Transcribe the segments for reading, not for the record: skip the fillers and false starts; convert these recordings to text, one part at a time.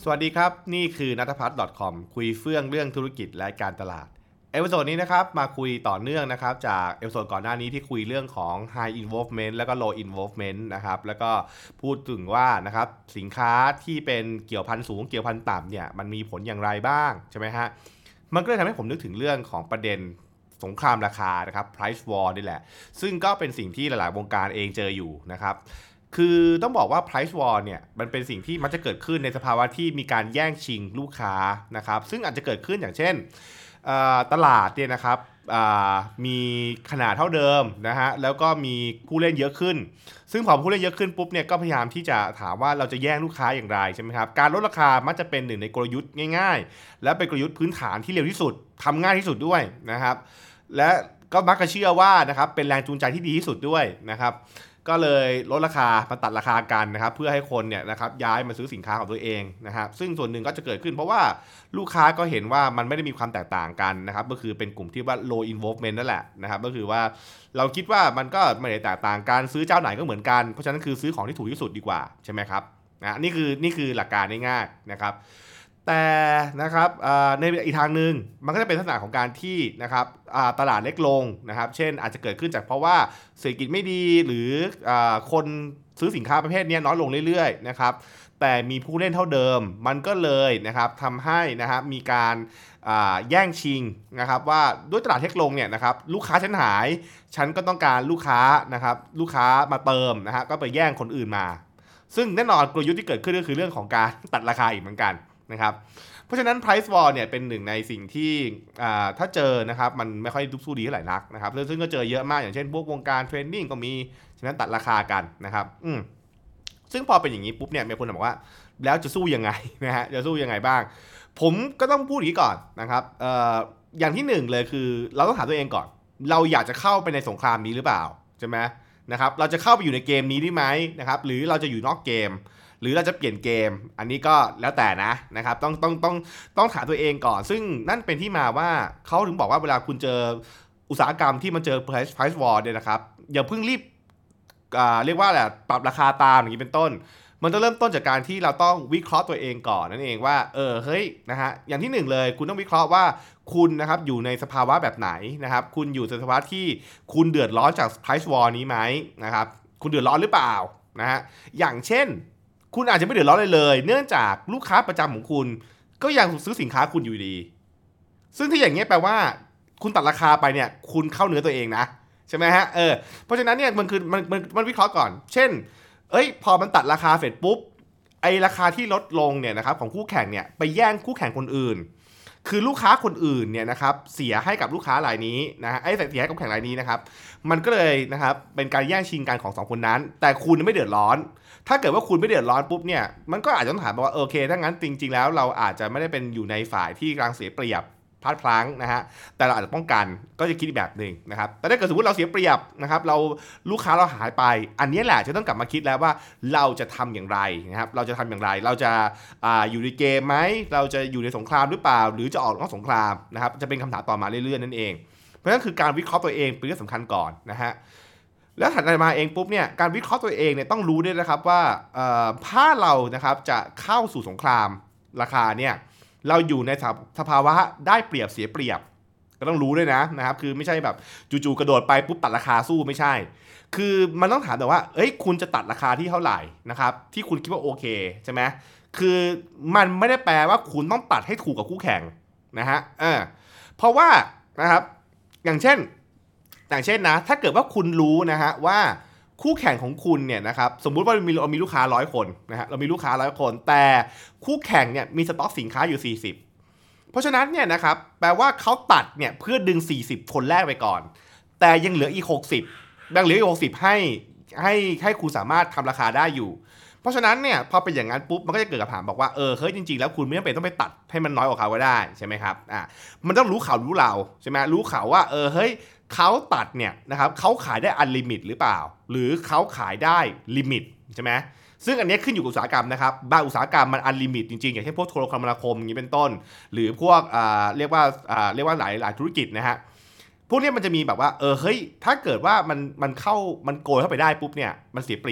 สวัสดีครับนี่คือนัทพัฒน์ .com คุยเฟื่องเรื่องธุรกิจและการตลาดเอพิโซดนี้นะครับมาคุยต่อเนื่องนะครับจากเอพิโซดก่อนหน้านี้ที่คุยเรื่องของ high involvement แล้วก็ low involvement นะครับแล้วก็พูดถึงว่านะครับสินค้าที่เป็นเกี่ยวพันสูงเกี่ยวพันต่ำเนี่ยมันมีผลอย่างไรบ้างใช่ไหมฮะมันก็เลยทำให้ผมนึกถึงเรื่องของประเด็นสงครามราคานะครับ price war นี่แหละซึ่งก็เป็นสิ่งที่หลายๆวงการเองเจออยู่นะครับคือต้องบอกว่า price war เนี่ยมันเป็นสิ่งที่มักจะเกิดขึ้นในสภาวะที่มีการแย่งชิงลูกค้านะครับซึ่งอาจจะเกิดขึ้นอย่างเช่นตลาดเนี่ยนะครับมีขนาดเท่าเดิมนะฮะแล้วก็มีผู้เล่นเยอะขึ้นซึ่งพอผู้เล่นเยอะขึ้นปุ๊บเนี่ยก็พยายามที่จะถามว่าเราจะแย่งลูกค้าอย่างไรใช่ไหมครับการลดราคามักจะเป็นหนึ่งในกลยุทธ์ง่ายๆและเป็นกลยุทธ์พื้นฐานที่เร็วที่สุดทำง่ายที่สุดด้วยนะครับและก็มักจะเชื่อว่านะครับเป็นแรงจูงใจที่ดีที่สุดด้วยนะครับก็เลยลดราคามาตัดราคากันนะครับเพื่อให้คนเนี่ยนะครับย้ายมาซื้อสินค้าของตัวเองนะครับซึ่งส่วนหนึ่งก็จะเกิดขึ้นเพราะว่าลูกค้าก็เห็นว่ามันไม่ได้มีความแตกต่างกันนะครับก็คือเป็นกลุ่มที่ว่า low involvement นั่นแหละนะครับก็คือว่าเราคิดว่ามันก็ไม่ได้แตกต่างกันซื้อเจ้าไหนก็เหมือนกันเพราะฉะนั้นคือซื้อของที่ถูกที่สุดดีกว่าใช่ไหมครับนี่คือหลักการง่ายๆนะครับแต่นะครับในอีกทางหนึ่งมันก็จะเป็นลักษณะของการที่นะครับตลาดเล็กลงนะครับเช่นอาจจะเกิดขึ้นจากเพราะว่าเศรษฐกิจไม่ดีหรือคนซื้อสินค้าประเภทนี้น้อยลงเรื่อยๆนะครับแต่มีผู้เล่นเท่าเดิมมันก็เลยนะครับทำให้นะครับมีการแย่งชิงนะครับว่าด้วยตลาดเล็กลงเนี่ยนะครับลูกค้าฉันหายฉันก็ต้องการลูกค้านะครับลูกค้ามาเติมนะฮะก็ไปแย่งคนอื่นมาซึ่งแน่นอนกลยุทธ์ที่เกิดขึ้นก็คือเรื่องของการตัดราคาอีกเหมือนกันนะครับเพราะฉะนั้น price war เนี่ยเป็นหนึ่งในสิ่งที่ถ้าเจอนะครับมันไม่ค่อยสู้ดีเท่าไหร่นักนะครับซึ่งก็เจอเยอะมากอย่างเช่นพวกวงการเทรนนิ่งก็มีฉะนั้นตัดราคากันนะครับซึ่งพอเป็นอย่างนี้ปุ๊บเนี่ยมีคนบอกว่าแล้วจะสู้ยังไงนะฮะจะสู้ยังไงบ้างผมก็ต้องพูดอย่างนี้ก่อนนะครับอย่างที่หนึ่งเลยคือเราต้องถามตัวเองก่อนเราอยากจะเข้าไปในสงครามนี้หรือเปล่าใช่ไหมนะครับเราจะเข้าไปอยู่ในเกมนี้ได้ไหมนะครับหรือเราจะอยู่นอกเกมหรือเราจะเปลี่ยนเกมอันนี้ก็แล้วแต่นะครับต้องถามตัวเองก่อนซึ่งนั่นเป็นที่มาว่าเขาถึงบอกว่าเวลาคุณเจออุตสาหกรรมที่มันเจอ price war เนี่ยนะครับอย่าเพิ่งรีบเรียกว่าอะไรปรับราคาตามอย่างนี้เป็นต้นมันต้องเริ่มต้นจากการที่เราต้องวิเคราะห์ตัวเองก่อนนั่นเองว่าเฮ้ยนะฮะอย่างที่หนึ่งเลยคุณต้องวิเคราะห์ว่าคุณนะครับอยู่ในสภาวะแบบไหนนะครับคุณอยู่ในสภาวะที่คุณเดือดร้อนจาก price war นี้ไหมนะครับคุณเดือดร้อนหรือเปล่านะฮะอย่างเช่นคุณอาจจะไม่เดือดร้อนเลยเนื่องจากลูกค้าประจำของคุณก็ยังซื้อสินค้าคุณอยู่ดีซึ่งที่อย่างเงี้ยแปลว่าคุณตัดราคาไปเนี่ยคุณเข้าเนื้อตัวเองนะใช่ไหมฮะเพราะฉะนั้นเนี่ยมันคือมันวิเคราะห์ก่อนเช่นพอมันตัดราคาเสร็จปุ๊บไอราคาที่ลดลงเนี่ยนะครับของคู่แข่งเนี่ยไปแย่งคู่แข่งคนอื่นคือลูกค้าคนอื่นเนี่ยนะครับเสียให้กับลูกค้ารายนี้นะฮะเสียให้กับคู่แข่งรายนี้นะครับมันก็เลยนะครับเป็นการแย่งชิงกันของ2คนนั้นแต่คุณไม่เดือดร้อนถ้าเกิดว่าคุณไม่เดือดร้อนปุ๊บเนี่ยมันก็อาจจะต้องถามว่าโอเคถ้างั้นจริงๆแล้วเราอาจจะไม่ได้เป็นอยู่ในฝ่ายที่กำลังเสียเปรียบพลาดพลั้งนะฮะแต่เราอาจจะป้องกันก็จะคิดแบบหนึ่งนะครับแต่ถ้าเกิดสมมติเราเสียเปรียบนะครับเราลูกค้าเราหายไปอันนี้แหละจะต้องกลับมาคิดแล้วว่าเราจะทำอย่างไรนะครับเราจะทำอย่างไรเราจะอยู่ในเกมไหมเราจะอยู่ในสงครามหรือเปล่าหรือจะออกนอกสงครามนะครับจะเป็นคำถามต่อมาเรื่อยๆนั่นเองเพราะฉะนั้นคือการวิเคราะห์ตัวเองเป็นเรื่องสำคัญก่อนนะฮะแล้วถัดมาเองปุ๊บเนี่ยการวิเคราะห์ตัวเองเนี่ยต้องรู้ด้วยนะครับว่าถ้าเรานะครับจะเข้าสู่สงครามราคาเนี่ยเราอยู่ในสภาวะได้เปรียบเสียเปรียบก็ต้องรู้ด้วยนะครับคือไม่ใช่แบบจู่ๆกระโดดไปปุ๊บตัดราคาสู้ไม่ใช่คือมันต้องถามแต่ว่าคุณจะตัดราคาที่เท่าไหร่นะครับที่คุณคิดว่าโอเคใช่ไหมคือมันไม่ได้แปลว่าคุณต้องตัดให้ถูกกับคู่แข่งนะฮะเพราะว่านะครับอย่างเช่นนะถ้าเกิดว่าคุณรู้นะฮะว่าคู่แข่งของคุณเนี่ยนะครับสมมุติว่าเรามีลูกค้า100คนนะฮะเรามีลูกค้า100คนแต่คู่แข่งเนี่ยมีสต็อกสินค้าอยู่40เพราะฉะนั้นเนี่ยนะครับแปลว่าเขาตัดเนี่ยเพื่อดึง40คนแรกไปก่อนแต่ยังเหลืออีก60ยังเหลืออีก60ให้คุณสามารถทำราคาได้อยู่เพราะฉะนั้นเนี่ยพอเป็นอย่างนั้นปุ๊บมันก็จะเกิดคำถามบอกว่าเฮ้ยจริงๆแล้วคุณไม่จำเป็นต้องไปตัดให้มันน้อยกว่าเขาก็ได้ใช่ไหมครับมันต้องรู้เขารู้เราใช่ไหมรู้เขาว่าเฮ้ยเขาตัดเนี่ยนะครับเขาขายได้อันลิมิตหรือเปล่าหรือเขาขายได้ลิมิตใช่ไหมซึ่งอันนี้ขึ้นอยู่กับอุตสาหกรรมนะครับบางอุตสาหกรรมมันอันลิมิตจริงๆอย่างเช่นพวกโทรคมนาคมอย่างนี้เป็นต้นหรือพวกเรียกว่าหลายธุรกิจนะฮะพวกนี้มันจะมีแบบว่าเฮ้ยถ้าเกิดว่ามันโกยเข้าไปได้ปุ๊บเนี่ยมันเสียเปรียบ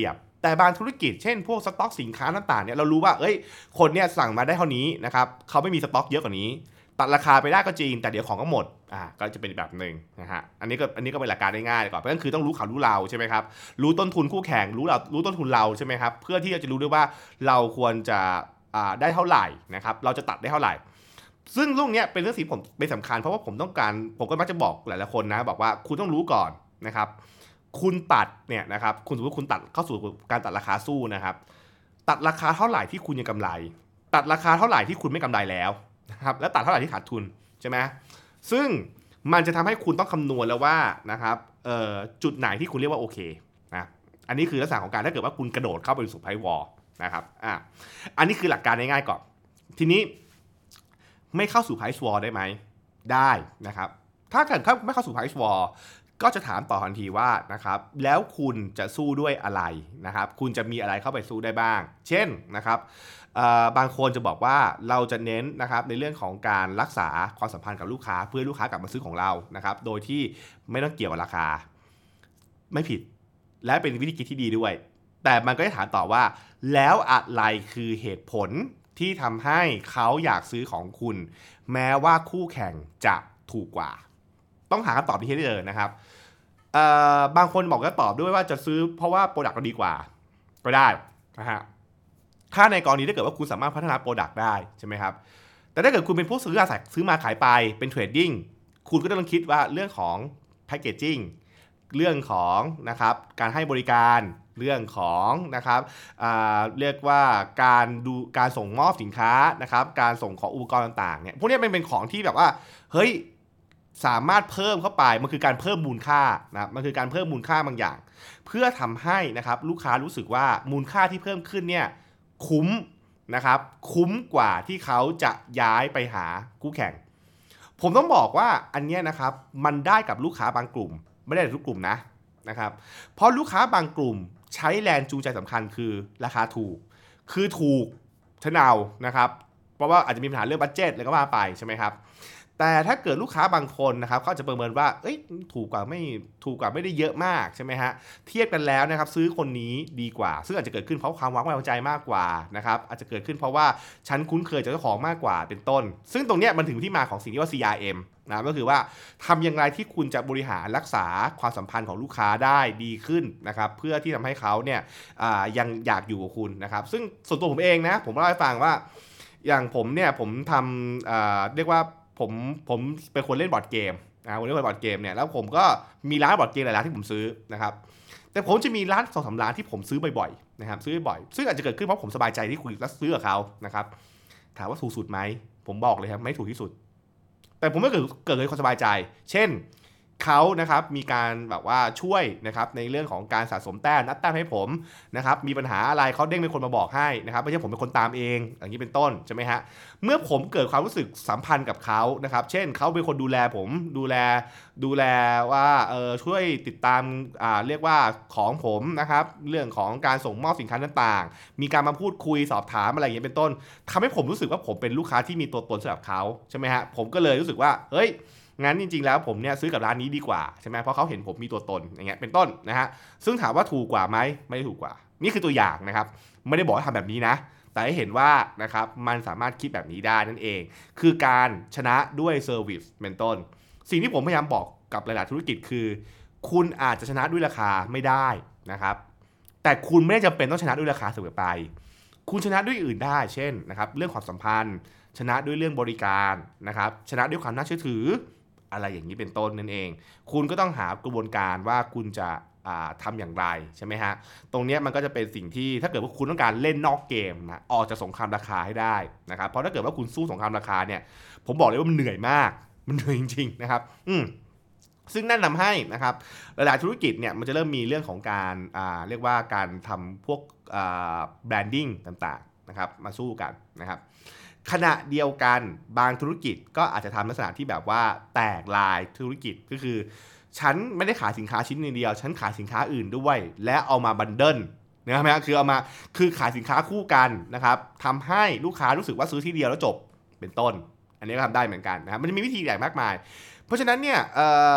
แต่บางธุรกิจเช่นพวกสต็อกสินค้าต่างๆเนี่ยเรารู้ว่าคนเนี่ยสั่งมาได้เท่านี้นะครับเขาไม่มีสต็อกเยอะกว่านี้ตัดราคาไปได้ก็จริงแต่เดี๋ยวของก็หมดก็จะเป็นแบบนึงนะฮะอันนี้ก็เป็นหลักการง่ายๆก่อนเพราะฉะนั้นคือต้องรู้เขารู้เราใช่ไหมครับรู้ต้นทุนคู่แข่งรู้ต้นทุนเราใช่ไหมครับเพื่อที่จะรู้ด้วยว่าเราควรจะได้เท่าไหร่นะครับเราจะตัดได้เท่าไหร่ซึ่งเรื่องนี้เป็นเรื่องผมเป็นสำคัญเพราะว่าผมก็มักจะบอกหลายๆคนนะบอกว่าคุณต้องรู้ก่อนนะครับคุณตัดเนี่ยนะครับคุณสมมติคุณตัดเข้าสู่การตัดราคาสู้นะครับตัดราคาเท่าไหร่ที่คุณยังกำไรตัดราคาเท่าไหร่ที่คุณไม่กำไรแล้วนะครับแล้วตัดเท่าไหร่ที่ขาดทุนใช่ไหมซึ่งมันจะทำให้คุณต้องคำนวณแล้วว่านะครับจุดไหนที่คุณเรียกว่าโอเคนะอันนี้คือลักษณะของการถ้าเกิดว่าคุณกระโดดเข้าไปสู่ไพวอลนะครับอันนี้คือหลักการง่ายๆก่อนทีนี้ไม่เข้าสู่ไพวอลได้ไหมได้นะครับถ้าเกิดไม่เข้าสู่ไพวอลก็จะถามต่อทันทีว่านะครับแล้วคุณจะสู้ด้วยอะไรนะครับคุณจะมีอะไรเข้าไปสู้ได้บ้างเช่นนะครับบางคนจะบอกว่าเราจะเน้นนะครับในเรื่องของการรักษาความสัมพันธ์กับลูกค้าเพื่อลูกค้ากลับมาซื้อของเรานะครับโดยที่ไม่ต้องเกี่ยวกับราคาไม่ผิดและเป็นวิธีคิดที่ดีด้วยแต่มันก็จะถามต่อว่าแล้วอะไรคือเหตุผลที่ทำให้เขาอยากซื้อของคุณแม้ว่าคู่แข่งจะถูกกว่าต้องหาคำตอบที่ให้เจอนะครับบางคนบอกก็ตอบด้วยว่าจะซื้อเพราะว่าโปรดักต์เราดีกว่าก็ได้นะฮะถ้าในกรณีถ้าเกิดว่าคุณสามารถพัฒนาโปรดักต์ได้ใช่ไหมครับแต่ถ้าเกิดคุณเป็นผู้ซื้อมาขายไปเป็นเทรดดิ้งคุณก็ต้องคิดว่าเรื่องของแพคเกจจิ้งเรื่องของนะครับการให้บริการเรื่องของนะครับเรียกว่าการส่งมอบสินค้านะครับการส่งของอุปกรณ์ต่างๆเนี่ยพวกนี้เป็นของที่แบบว่าเฮ้ยสามารถเพิ่มเข้าไปมันคือการเพิ่มมูลค่านะมันคือการเพิ่มมูลค่าบางอย่างเพื่อทำให้นะครับลูกค้ารู้สึกว่ามูลค่าที่เพิ่มขึ้นเนี่ยคุ้มนะครับคุ้มกว่าที่เขาจะย้ายไปหาคู่แข่งผมต้องบอกว่าอันนี้นะครับมันได้กับลูกค้าบางกลุ่มไม่ได้ทุกกลุ่มนะครับเพราะลูกค้าบางกลุ่มใช้แรงจูงใจสำคัญคือราคาถูกคือถูกทะเนานะครับเพราะว่าอาจจะมีปัญหาเรื่องบัดเจ็ตอะไรก็ว่าไปใช่ไหมครับแต่ถ้าเกิดลูกค้าบางคนนะครับเขาจะประเมินว่าถูกกว่าไม่ได้เยอะมากใช่ไหมฮะเทียบกันแล้วนะครับซื้อคนนี้ดีกว่าซึ่งอาจจะเกิดขึ้นเพราะความไว้วางใจมากกว่านะครับอาจจะเกิดขึ้นเพราะว่าฉันคุ้นเคยกับเจ้าของมากกว่าเป็นต้นซึ่งตรงนี้มันถึงที่มาของสิ่งที่ว่า CRM นะก็คือว่าทำอย่างไรที่คุณจะบริหารรักษาความสัมพันธ์ของลูกค้าได้ดีขึ้นนะครับเพื่อที่ทำให้เขาเนี่ยยังอยากอยู่กับคุณนะครับซึ่งส่วนตัวผมเองนะผมเล่าให้ฟังว่าอย่างผมเนี่ยผมทำเรียกว่าผมเป็นคนเล่นบอร์ดเกมผมเล่นบอร์ดเกมเนี่ยแล้วผมก็มีร้านบอร์ดเกมหลายร้านที่ผมซื้อนะครับแต่ผมจะมีร้าน2-3ร้านที่ผมซื้อบ่อยๆนะครับซื้อบ่อยซึ่งอาจจะเกิดขึ้นเพราะผมสบายใจที่คุยและซื้อกับเขานะครับถามว่าถูกสุดไหมผมบอกเลยครับไม่ถูกที่สุดแต่ผมไม่เกิดความสบายใจเช่นเขานะครับมีการแบบว่าช่วยนะครับในเรื่องของการสะสมแต้มนับแต้มให้ผมนะครับมีปัญหาอะไรเขาเด้งเป็นคนมาบอกให้นะครับไม่ใช่ผมเป็นคนตามเองอย่างนี้เป็นต้นใช่ไหมฮะเมื่อผมเกิดความรู้สึกสัมพันธ์กับเขานะครับเช่นเขาเป็นคนดูแลผมดูแลว่าช่วยติดตามเรียกว่าของผมนะครับเรื่องของการส่งมอบสินค้าต่างๆมีการมาพูดคุยสอบถามอะไรอย่างเงี้ยเป็นต้นทำให้ผมรู้สึกว่าผมเป็นลูกค้าที่มีตัวตนสำหรับเขาใช่ไหมฮะผมก็เลยรู้สึกว่าเฮ้ยงั้นจริงๆแล้วผมเนี่ยซื้อกับร้านนี้ดีกว่าใช่ไหมเพราะเขาเห็นผมมีตัวตนอย่างเงี้ยเป็นต้นนะฮะซึ่งถามว่าถูกกว่าไหมไม่ได้ถูกกว่านี่คือตัวอย่างนะครับไม่ได้บอกให้ทำแบบนี้นะแต่ให้เห็นว่านะครับมันสามารถคิดแบบนี้ได้นั่นเองคือการชนะด้วยเซอร์วิสเป็นต้นสิ่งที่ผมพยายามบอกกับหลายๆธุรกิจคือคุณอาจจะชนะด้วยราคาไม่ได้นะครับแต่คุณไม่ได้จำเป็นต้องชนะด้วยราคาเสมอไปคุณชนะด้วยอื่นได้เช่นนะครับเรื่องความสัมพันธ์ชนะด้วยเรื่องบริการนะครับชนะด้วยความน่าเชื่อถืออะไรอย่างนี้เป็นต้นนั่นเองคุณก็ต้องหากระบวนการว่าคุณจะทำอย่างไรใช่ไหมฮะตรงนี้มันก็จะเป็นสิ่งที่ถ้าเกิดว่าคุณต้องการเล่นนอกเกมนะออกจากสงครามราคาให้ได้นะครับเพราะถ้าเกิดว่าคุณสู้สงครามราคาเนี่ยผมบอกเลยว่ามันเหนื่อยมากมันเหนื่อยจริงๆนะครับซึ่งนั่นทำให้นะครับหลายๆธุรกิจเนี่ยมันจะเริ่มมีเรื่องของการเรียกว่าการทำพวกแบรนดิ้งต่างๆนะครับมาสู้กันนะครับขณะเดียวกันบางธุรกิจก็อาจจะทำลักษณะที่แบบว่าแตกลายธุรกิจก็คือฉันไม่ได้ขายสินค้าชิ้นเดียวฉันขายสินค้าอื่นด้วยและเอามาบันเดิลนะครับคือขายสินค้าคู่กันนะครับทำให้ลูกค้ารู้สึกว่าซื้อที่เดียวแล้วจบเป็นต้นอันนี้ก็ทำได้เหมือนกันนะครับมันจะมีวิธีใหญ่มากมายเพราะฉะนั้นเนี่ย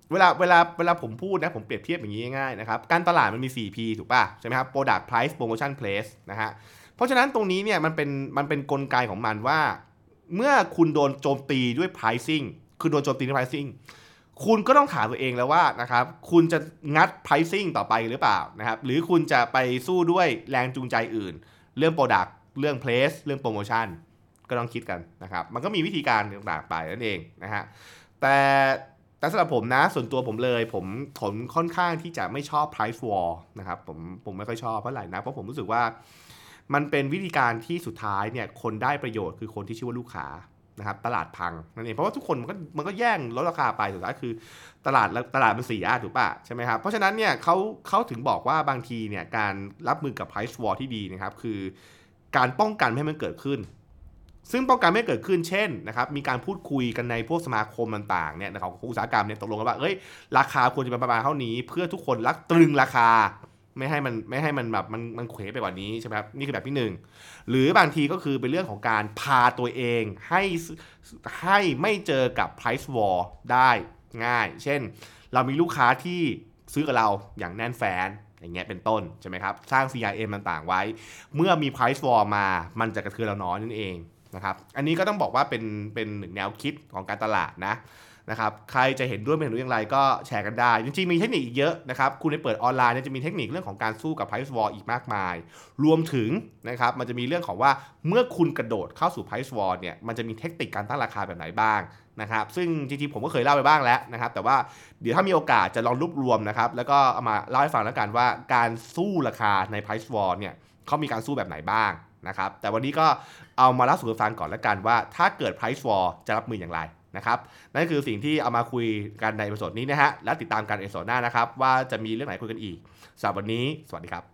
เวลาผมพูดนะผมเปรียบเทียบอย่างนี้ง่ายๆนะครับการตลาดมันมี 4P ถูกป่ะใช่ไหมครับ Product Price Promotion Place นะฮะเพราะฉะนั้นตรงนี้เนี่ยมันเป็นกลไกของมันว่าเมื่อคุณโดนโจมตีด้วย pricing คือโดนโจมตีด้วย pricing คุณก็ต้องถามตัวเองแล้วว่านะครับคุณจะงัด pricing ต่อไปหรือเปล่านะครับหรือคุณจะไปสู้ด้วยแรงจูงใจอื่นเรื่อง product เรื่อง place เรื่อง promotion ก็ต้องคิดกันนะครับมันก็มีวิธีการต่างๆไปนั่นเองนะฮะแต่แต่สำหรับผมนะส่วนตัวผมเลยผมค่อนข้างที่จะไม่ชอบ price war นะครับผมไม่ค่อยชอบเพราะอะไรนะเพราะผมรู้สึกว่ามันเป็นวิธีการที่สุดท้ายเนี่ยคนได้ประโยชน์คือคนที่ชื่อว่าลูกค้านะครับตลาดพังนั่นเองเพราะว่าทุกคนมันก็แย่งลดราคาไปสุดท้ายคือตลาดมันเสียถูกป่ะใช่ไหมครับเพราะฉะนั้นเนี่ยเขาถึงบอกว่าบางทีเนี่ยการรับมือกับ price war ที่ดีนะครับคือการป้องกันไม่ให้มันเกิดขึ้น ซึ่งป้องกันไม่เกิดขึ้นเช่นนะครับมีการพูดคุยกันในพวกสมาคมต่างๆเนี่ยของอุตสาหกรรมเนี่ยตกลงกันว่าเอ้ยราคาควรจะเป็นประมาณเท่านี้เพื่อทุกคนรักตรึงราคาไม่ให้มันแบบมันเขวไปกว่านี้ใช่ไหมครับนี่คือแบบที่หนึ่งหรือบางทีก็คือเป็นเรื่องของการพาตัวเองให้ไม่เจอกับ price war ได้ง่ายเช่นเรามีลูกค้าที่ซื้อกับเราอย่างแน่นแฟนอย่างเงี้ยเป็นต้นใช่ไหมครับสร้าง CRM ต่างๆไว้เมื่อมี price war มามันจะกระเทือนเราน้อยนั่นเองนะครับอันนี้ก็ต้องบอกว่าเป็นหนึ่งแนวคิดของการตลาดนะครับใครจะเห็นด้วยไม่เห็นด้วยอย่างไรก็แชร์กันได้จริงๆมีเทคนิคอีกเยอะนะครับคุณไปเปิดออนไลน์เนี่ยจะมีเทคนิคเรื่องของการสู้กับ price war อีกมากมายรวมถึงนะครับมันจะมีเรื่องของว่าเมื่อคุณกระโดดเข้าสู่ price war เนี่ยมันจะมีเทคนิคการตั้งราคาแบบไหนบ้างนะครับซึ่งจริงๆผมก็เคยเล่าไปบ้างแล้วนะครับแต่ว่าเดี๋ยวถ้ามีโอกาสจะลองรวบรวมนะครับแล้วก็เอามาเล่าให้ฟังแล้วกันว่าการสู้ราคาใน price war เนี่ยเขามีการสู้แบบไหนบ้างนะครับแต่วันนี้ก็เอามาเล่าสู่กันฟังก่อนแล้วกันว่าถ้าเกิด price war จะรับมืออย่างไรนะครับนั่นคือสิ่งที่เอามาคุยกันในเอพิโซดนี้นะฮะและติดตามกันในเอพิโซดหน้านะครับว่าจะมีเรื่องไหนคุยกันอีกสำหรับวันนี้สวัสดีครับ